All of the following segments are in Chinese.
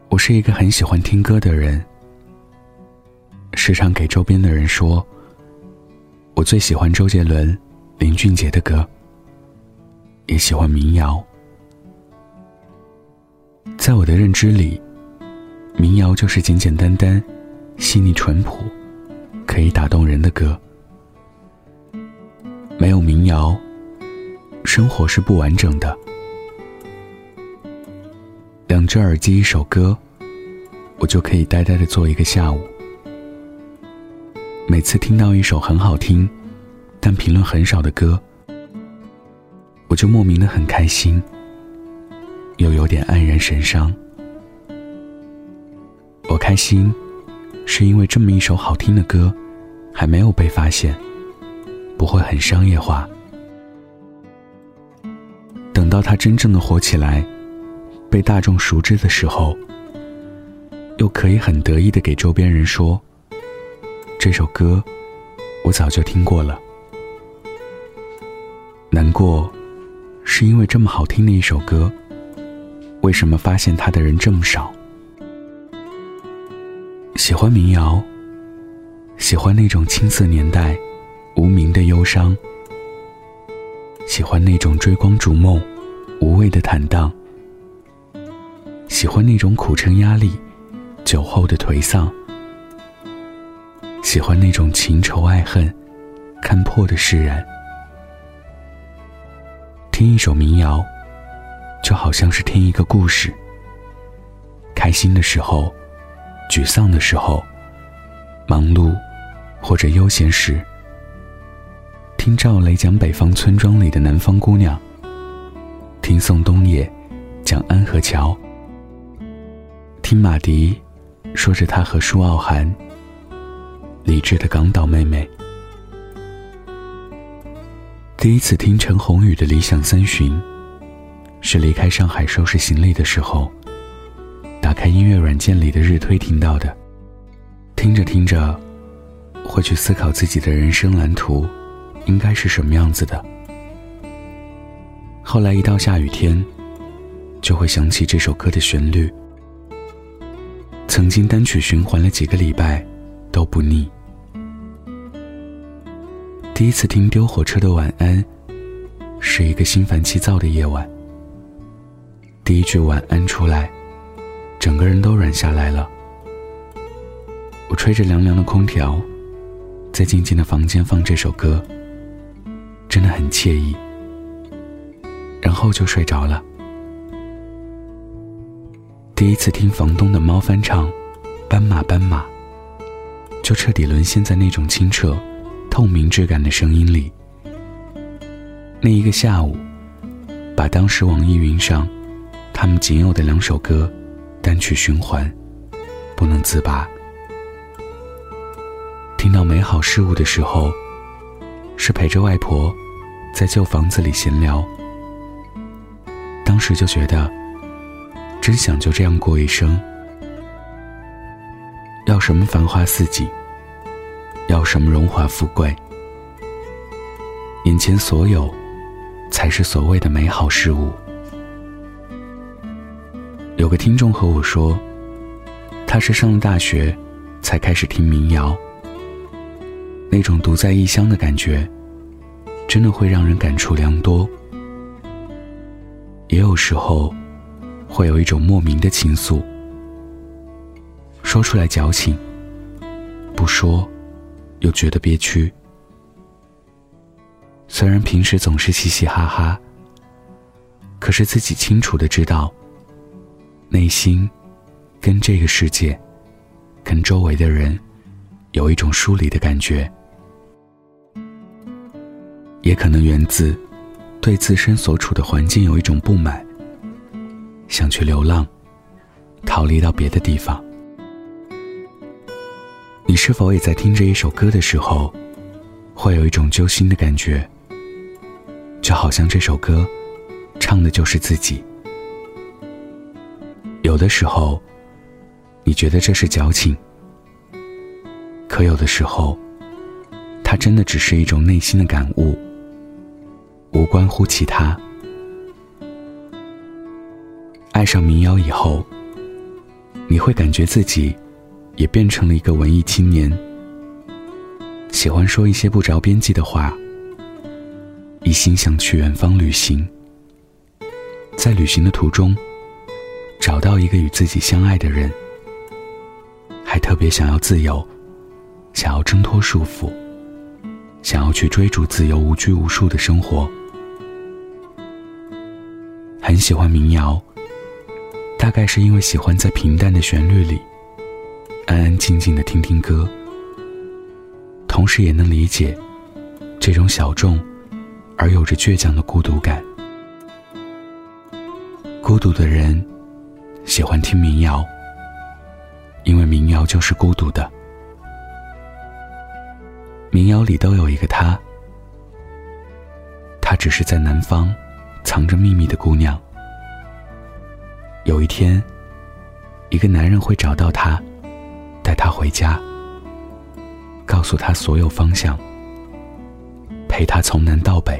我是一个很喜欢听歌的人，时常给周边的人说，我最喜欢周杰伦、林俊杰的歌，也喜欢民谣。在我的认知里，民谣就是简简单单、细腻淳朴，可以打动人的歌。没有民谣，生活是不完整的。2只耳机一首歌，我就可以呆呆地坐一个下午。每次听到一首很好听但评论很少的歌，我就莫名的很开心，又有点黯然神伤。我开心是因为这么一首好听的歌还没有被发现，不会很商业化。等到它真正的火起来，被大众熟知的时候，又可以很得意地给周边人说，这首歌我早就听过了。难过是因为这么好听的一首歌，为什么发现它的人这么少？喜欢民谣，喜欢那种青涩年代无名的忧伤，喜欢那种追光逐梦无畏的坦荡，喜欢那种苦撑压力酒后的颓丧，喜欢那种情仇爱恨看破的释然。听一首民谣就好像是听一个故事，开心的时候，沮丧的时候，忙碌或者悠闲时，听赵雷讲北方村庄里的南方姑娘，听宋冬野讲安河桥，听马迪说着他和舒傲寒理智的港岛妹妹。第一次听陈鸿宇的《理想三旬》，是离开上海收拾行李的时候，打开音乐软件里的日推听到的。听着听着，会去思考自己的人生蓝图应该是什么样子的。后来一到下雨天，就会想起这首歌的旋律，曾经单曲循环了几个礼拜都不腻。第一次听丢火车的晚安，是一个心烦气躁的夜晚。第一句晚安出来，整个人都软下来了。我吹着凉凉的空调，在静静的房间放这首歌，真的很惬意，然后就睡着了。第一次听房东的猫翻唱《斑马斑马》，就彻底沦陷在那种清澈透明质感的声音里。那一个下午，把当时网易云上他们仅有的2首歌单曲循环，不能自拔。听到美好事物的时候，是陪着外婆在旧房子里闲聊，当时就觉得真想就这样过一生。要什么繁华似锦，要什么荣华富贵，眼前所有才是所谓的美好事物。有个听众和我说，他是上了大学才开始听民谣，那种独在异乡的感觉真的会让人感触良多，也有时候会有一种莫名的情愫，说出来矫情，不说又觉得憋屈。虽然平时总是嘻嘻哈哈，可是自己清楚地知道，内心跟这个世界跟周围的人有一种疏离的感觉，也可能源自对自身所处的环境有一种不满，想去流浪，逃离到别的地方。你是否也在听这一首歌的时候，会有一种揪心的感觉？就好像这首歌唱的就是自己。有的时候，你觉得这是矫情，可有的时候，它真的只是一种内心的感悟，无关乎其他。爱上民谣以后， 你会感觉自己也变成了一个文艺青年，喜欢说一些不着边际的话，一心想去远方旅行，在旅行的途中找到一个与自己相爱的人，还特别想要自由，想要挣脱束缚，想要去追逐自由无拘无束的生活。很喜欢民谣，大概是因为喜欢在平淡的旋律里安安静静地听听歌，同时也能理解这种小众而有着倔强的孤独感。孤独的人喜欢听民谣，因为民谣就是孤独的。民谣里都有一个她，她只是在南方藏着秘密的姑娘。有一天，一个男人会找到她，带她回家，告诉她所有方向，陪她从南到北。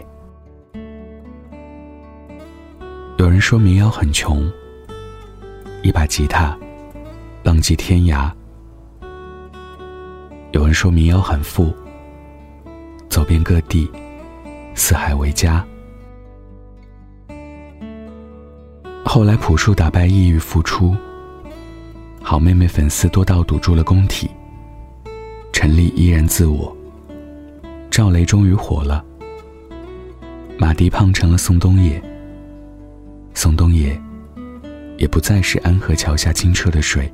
有人说民谣很穷，一把吉他浪迹天涯。有人说民谣很富，走遍各地，四海为家。后来朴树打败抑郁复出，好妹妹粉丝多到堵住了工体，陈粒依然自我，赵雷终于火了，马迪胖成了宋冬野，宋冬野也不再是安河桥下清澈的水。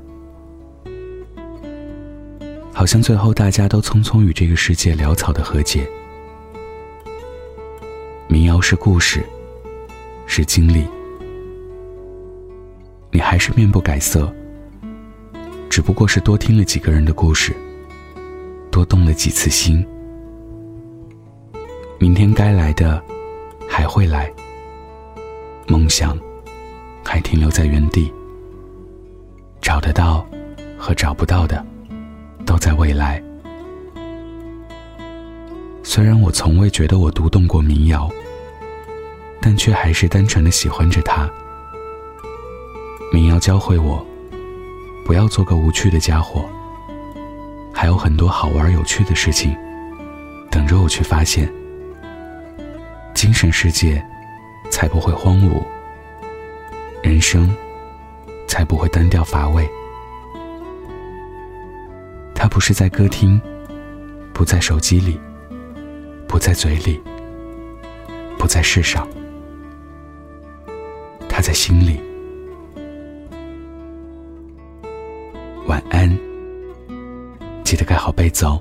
好像最后大家都匆匆与这个世界潦草的和解。民谣是故事，是经历，你还是面不改色，只不过是多听了几个人的故事，多动了几次心。明天该来的还会来，梦想还停留在原地，找得到和找不到的都在未来。虽然我从未觉得我读懂过民谣，但却还是单纯的喜欢着它。民谣教会我不要做个无趣的家伙，还有很多好玩有趣的事情等着我去发现。精神世界才不会荒芜，人生才不会单调乏味。它不是在歌厅，不在手机里，不在嘴里，不在世上，它在心里。晚安，记得盖好被子哦。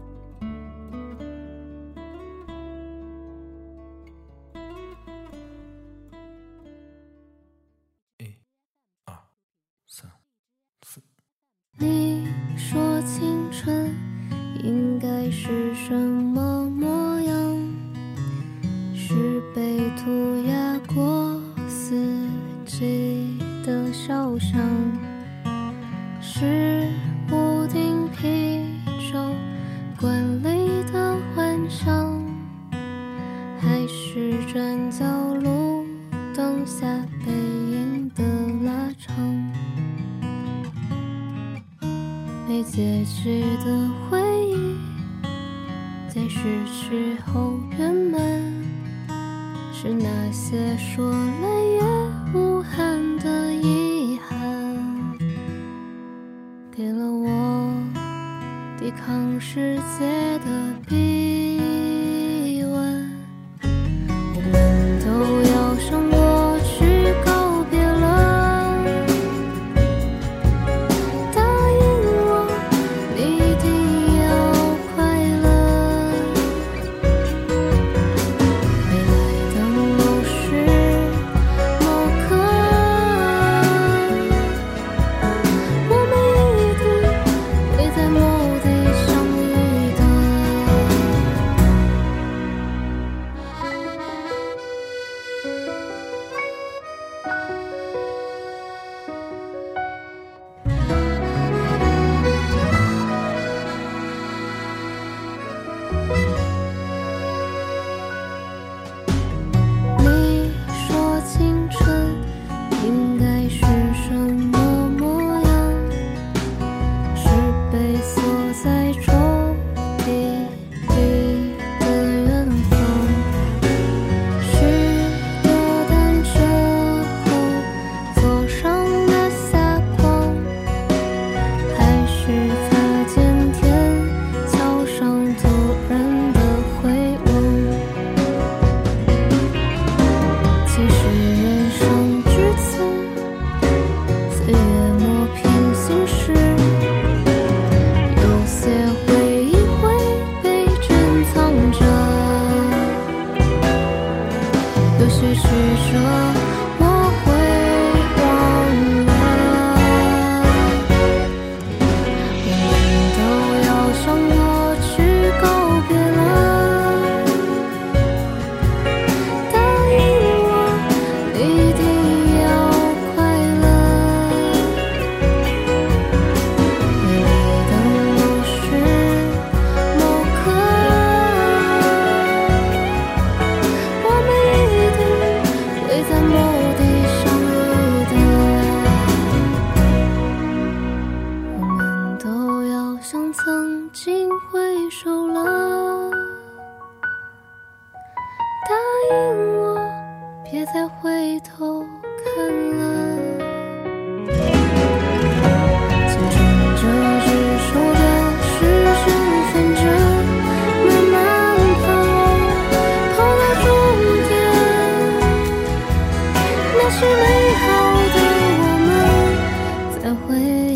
你说青春应该是什么模样？是被涂鸦过四季的小巷，是屋顶啤酒馆里的幻想，还是转角路灯下背影的拉长？没结局的回忆在失去后圆满，是那些说了也无憾的遗憾，给了我抵抗世界的逼问。我们都要向过去告别了，答应我你一定要快乐。未来的某时某刻，我们一定会在某地相遇的。你说青春应该是什么模样？ 才会